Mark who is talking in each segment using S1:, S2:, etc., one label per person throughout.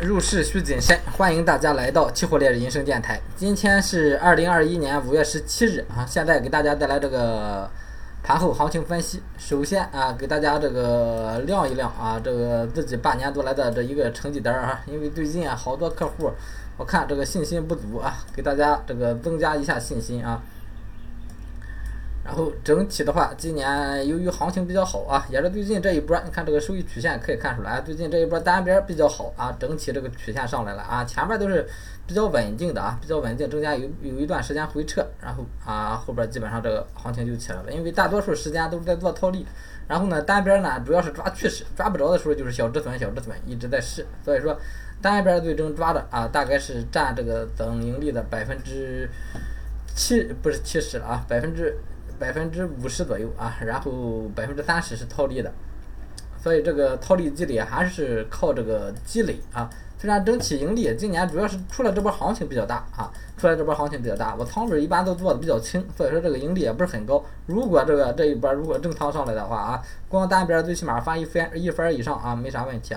S1: 入市需谨慎，欢迎大家来到期货猎人人生电台。今天是2021年5月17日啊，现在给大家带来这个盘后行情分析。首先啊，给大家这个亮一亮啊，这个自己半年多来的这一个成绩单啊，因为最近啊好多客户我看这个信心不足啊，给大家这个增加一下信心啊。然后整体的话，今年由于行情比较好啊，也是最近这一波，你看这个收益曲线可以看出来，最近这一波单边比较好啊，整体这个曲线上来了啊，前面都是比较稳定的啊，比较稳定，中间有一段时间回撤，然后啊后边基本上这个行情就起来了，因为大多数时间都是在做套利，然后呢单边呢主要是抓趋势，抓不着的时候就是小止损一直在试，所以说单边最终抓的啊大概是占这个总盈利的70%不是70%了啊50%左右啊，然后30%是套利的，所以这个套利积累还是靠这个积累啊。虽然整体盈利今年主要是出了这波行情比较大啊，我仓位一般都做的比较轻，所以说这个盈利也不是很高。如果这一波如果正常上来的话啊，光单边最起码翻一分以上啊，没啥问题。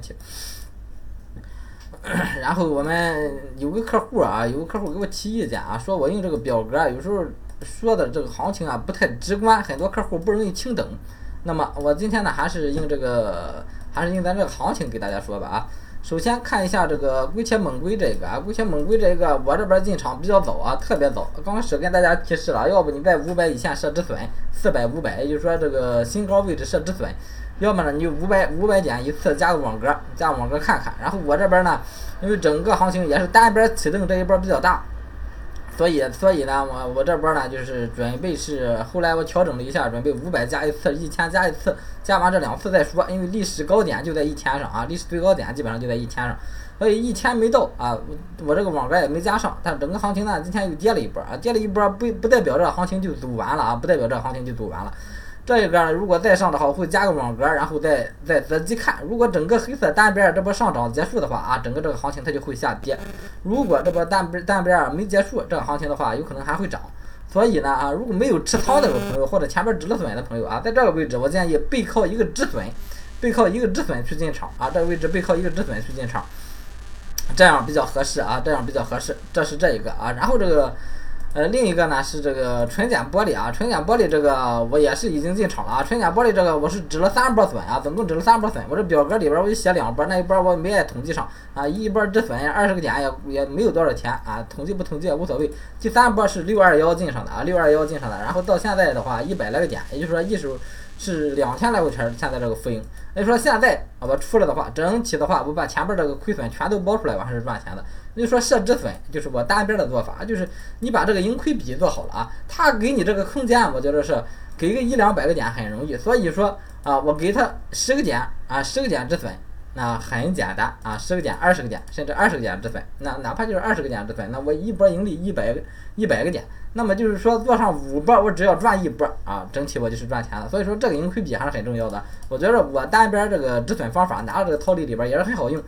S1: 然后我们有个客户给我提意见啊，说我用这个表格有时候说的这个行情啊不太直观，很多客户不容易听懂。那么我今天呢还是用咱这个行情给大家说吧啊。首先看一下这个龟铁猛龟这个我这边进场比较早啊，特别早。刚开始跟大家提示了，要不你在500以下设止损，400、500，也就是说这个新高位置设止损。要么呢，你就500点一次加个网格看看。然后我这边呢，因为整个行情也是单边启动这一波比较大，所以呢，我这波呢就是准备是后来我调整了一下，准备500加一次，1000加一次，加完这2次再说。因为历史高点就在1000上啊，历史最高点基本上就在1000上，所以1000没到啊，我这个网格也没加上。但整个行情呢，今天又跌了一波啊，不代表这个行情就走完了啊，这个如果再上的话，我会加个网格，然后再仔细看。如果整个黑色单边这波上涨结束的话啊，整个这个行情它就会下跌。如果这波单边没结束，这个行情的话有可能还会涨。所以呢啊，如果没有持仓的朋友或者前边止了损的朋友啊，在这个位置我建议背靠一个止损去进场啊，这个位置背靠一个止损去进场，这样比较合适啊，这是这一个啊，然后这个。另一个呢是这个纯碱玻璃啊，纯碱玻璃这个我也是已经进场了啊，纯碱玻璃这个我是止了3波损啊，总共止了3波损，我这表格里边我就写2波，那一波我没爱统计上啊，一波止损20个点也没有多少钱啊，统计不统计也无所谓。第3波是621进上的啊，621进上的，然后到现在的话100来个点，也就是说一手是2000来块钱，现在这个浮盈。也就是说现在我出了的话，整体的话我把前边这个亏损全都包出来，我还是赚钱的。也就是说设止损就是我单边的做法，就是你把这个盈亏比做好了啊，他给你这个空间，我觉得是给个100-200个点很容易。所以说啊，我给他10个点啊，10个点止损，那很简单啊，10个点、20个点，甚至20个点止损，那哪怕就是20个点止损，那我一波盈利100个点，那么就是说做上5波，我只要赚1波啊，整体我就是赚钱的。所以说这个盈亏比还是很重要的。我觉得我单边这个止损方法拿到这个套利里边也是很好用。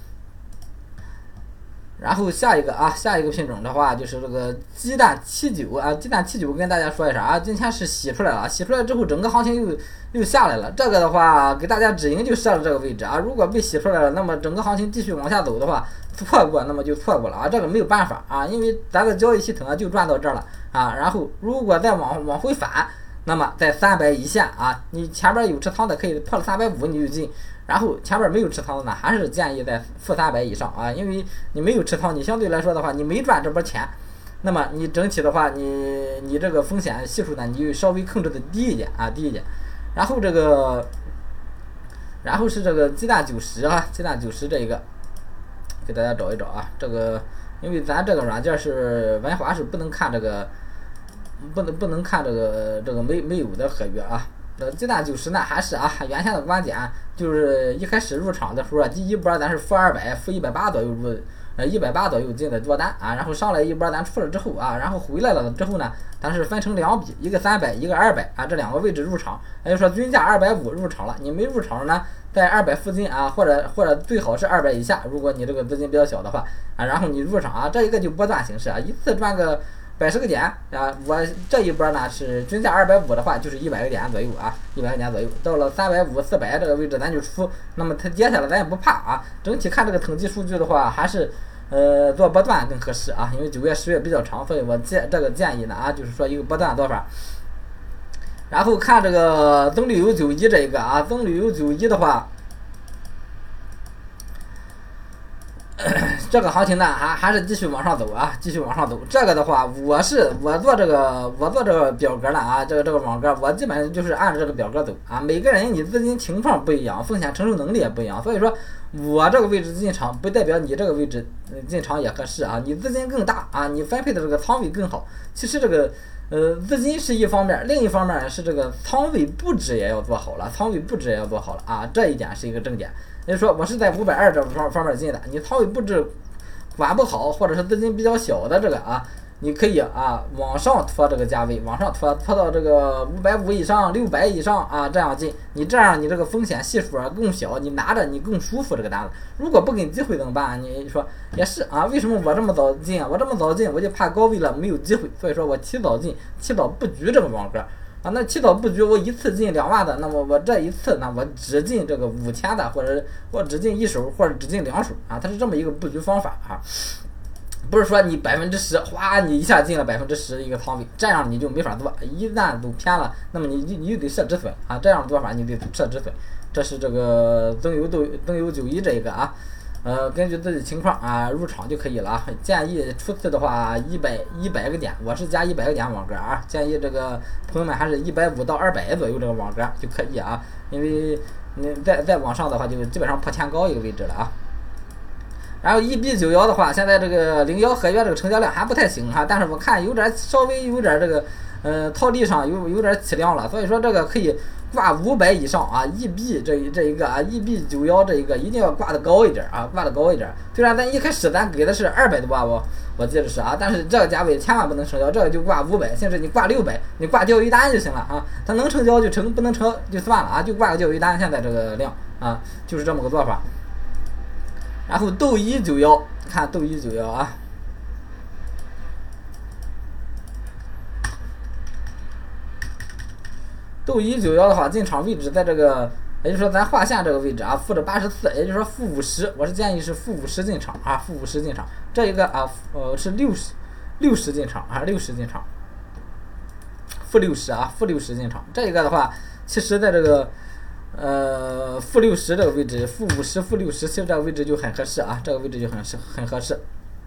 S1: 然后下一个品种的话就是这个鸡蛋79啊，鸡蛋79跟大家说一下啊，今天是洗出来了，洗出来之后整个行情又下来了。这个的话给大家止盈就设了这个位置啊，如果被洗出来了，那么整个行情继续往下走的话，错过那么就错过了啊，这个没有办法啊，因为咱的交易系统啊就赚到这儿了啊。然后如果再往回返，那么在300以下啊，你前边有持仓的可以破了350你就进。然后前面没有持仓的呢，还是建议在负300以上啊，因为你没有持仓，你相对来说的话，你没赚这波钱，那么你整体的话，你这个风险系数呢，你就稍微控制的低一点。然后是这个鸡蛋90啊，鸡蛋90这一个，给大家找一找啊，这个因为咱这个软件是文华是不能看这个，不能看这个没有的合约啊。鸡蛋90呢还是啊，原先的观点就是一开始入场的时候，第一波咱是负200、负180左右180左右进的多单啊，然后上来一波咱出了之后啊，然后回来了之后呢，咱是分成2笔，一个300，一个200啊，这2个位置入场，也就是说均价250入场了，你没入场呢，在200附近啊，或者最好是200以下，如果你这个资金比较小的话啊，然后你入场啊，这一个就波段形式啊，一次赚个 110个点啊。我这一波呢是均价250的话，就是100个点左右啊，100个点左右。到了350、400这个位置咱就出，那么它跌下来咱也不怕啊。整体看这个统计数据的话，还是做波段更合适啊，因为9月、10月比较长，所以我这个建议呢啊，就是说一个波段做法。然后看这个增绿油91这一个啊，增绿油91的话。这个行情呢，还是继续往上走啊，继续往上走。这个的话，我做这个表格了啊，这个网格，我基本上就是按照这个表格走啊。每个人你资金情况不一样，风险承受能力也不一样，所以说我这个位置进场不代表你这个位置进场也合适啊。你资金更大啊，你分配的这个仓位更好。其实这个资金是一方面，另一方面是这个仓位布置也要做好了，啊，这一点是一个正点。也就是说，我是在520这方面进的，你仓位布置管不好，或者是资金比较小的这个啊，你可以啊往上拖这个价位，往上拖到这个550以上、600以上啊，这样进，你这样你这个风险系数更小，你拿着你更舒服这个单子。如果不给机会怎么办？你说也是啊，为什么我这么早进啊？我这么早进，我就怕高位了没有机会，所以说我提早进，提早布局这个网格。啊，那提早布局，我一次进2万的，那么我这一次呢，我只进这个5000的，或者我只进1手，或者只进2手啊，它是这么一个布局方法啊，不是说你10%，哗，你一下进了10%一个仓位，这样你就没法做，一旦走偏了，那么你就得设止损啊，这样做法你得设止损，这是这个增油91这一个啊。根据自己情况啊入场就可以了啊。建议初次的话100个点，我是加100个点网格啊。建议这个朋友们还是150到200左右这个网格就可以啊，因为你再往上的话就基本上破天高一个位置了啊。然后1B91的话，现在这个01合约这个成交量还不太行哈，但是我看稍微有点这个套利上有点起量了，所以说这个可以挂500以上啊，1B 这一个啊，1B91这一个一定要挂的高一点啊，挂的高一点。虽然咱一开始咱给的是200多我记得是啊，但是这个价位千万不能成交，这个就挂500，甚至你挂600，你挂钓鱼单就行了啊，它能成交就成，不能成就算了啊，就挂个钓鱼单。现在这个量啊，就是这么个做法。然后斗191，看斗191啊。斗191的话，进场位置在这个，也就是说咱画线这个位置啊，负的84，也就是说负50，我是建议是负50进场啊，负50进场。这一个啊，是60进场啊，60进场，负60啊，负60进场。这一个的话，其实在这个负60这个位置，负50、负60，其实这个位置就很合适啊，这个位置就很合适。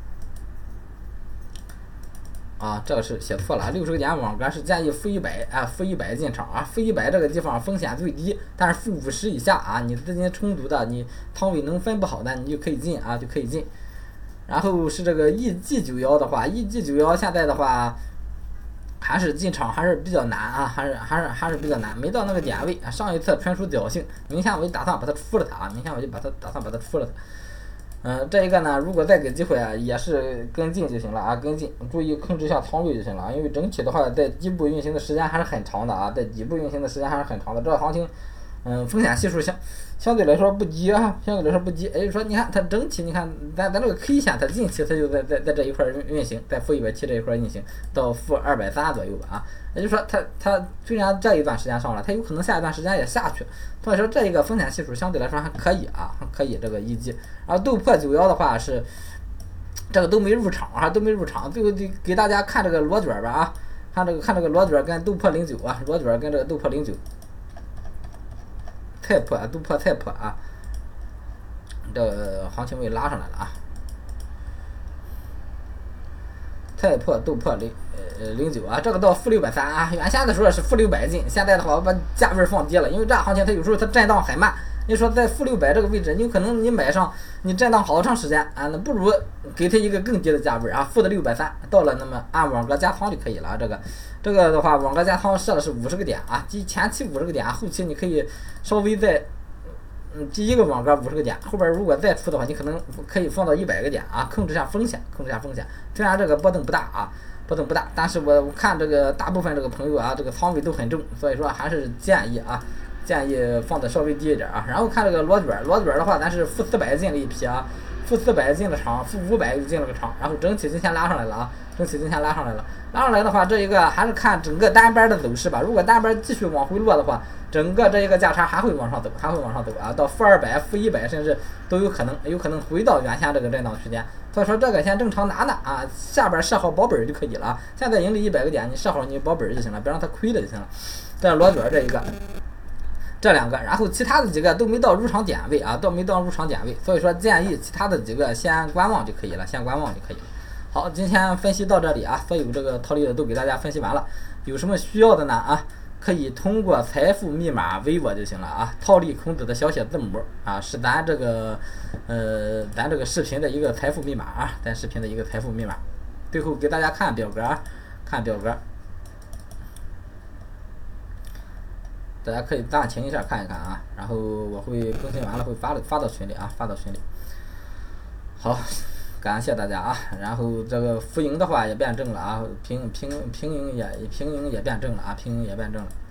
S1: 啊，这个是写错了，60个点网格是建议负100啊，负100进场啊，负100这个地方风险最低，但是负50以下啊，你资金充足的，你仓位能分不好的，你就可以进啊，就可以进。然后是这个 EG91的话 ，EG91现在的话还是进场还是比较难啊，还是比较难，没到那个点位啊。上一次纯属侥幸，明天我就打算把它出了它啊，明天我就打算把它出了它。这一个呢，如果再给机会啊，也是跟进就行了啊，跟进，注意控制一下仓位就行了。因为整体的话，在底部运行的时间还是很长的啊，在底部运行的时间还是很长的。这个行情，风险系数相对来说不低啊，相对来说不低。也就是说，你看它整体，你看咱这个 K 线，它近期它就在这一块运行，在负170这一块运行到负230左右吧啊。也就是说，它虽然这一段时间上了，它有可能下一段时间也下去，所以说这一个风险系数相对来说还可以啊，还可以这个一击。然后斗破91的话是这个都没入场啊，都没入场。最后得给大家看这个螺卷吧啊，看这个螺卷跟斗破09啊，螺卷跟这个斗破09，菜破斗破菜破啊，这个行情位拉上来了啊。菜破斗破09啊，这个到负630啊，原先的时候是负600进，现在的话我把价位放低了，因为这行情它有时候它震荡很慢。你说在负600这个位置，你有可能你买上，你震荡好长时间啊，那不如给它一个更低的价位啊，负的630到了，那么按网格加仓就可以了。这个的话，网格加仓设的是50个点啊，前期50个点，后期你可以稍微再。第一个网格50个点，后边如果再出的话，你可能可以放到100个点啊，控制一下风险。虽然这个波动不大啊，但是我看这个大部分这个朋友啊，这个仓位都很重，所以说还是建议放的稍微低一点啊。然后看这个螺卷的话，咱是负400进了一批啊，负400进了场，负500又进了个场，然后整体今天拉上来了啊， 拉上来的话，这一个还是看整个单边的走势吧。如果单边继续往回落的话，整个这一个价差还会往上走，啊，到-200、-100，甚至都有可能回到原先这个震荡区间。所以说这个先正常拿啊，下边设好保本就可以了。现在盈利100个点，你设好你保本就行了，别让它亏了就行了。这是裸卷这一个。这2个，然后其他的几个都没到入场点位啊，所以说建议其他的几个先观望就可以了，好，今天分析到这里啊，所有这个套利的都给大家分析完了，有什么需要的呢啊？可以通过财富密码微我就行了啊，套利孔子的小写字母啊，是咱这个视频的一个财富密码啊，最后给大家看表格，大家可以暂停一下看一看啊，然后我会更新完了会发到群里啊，好，感谢大家啊，然后这个浮盈的话也变正了啊，平盈也变正了。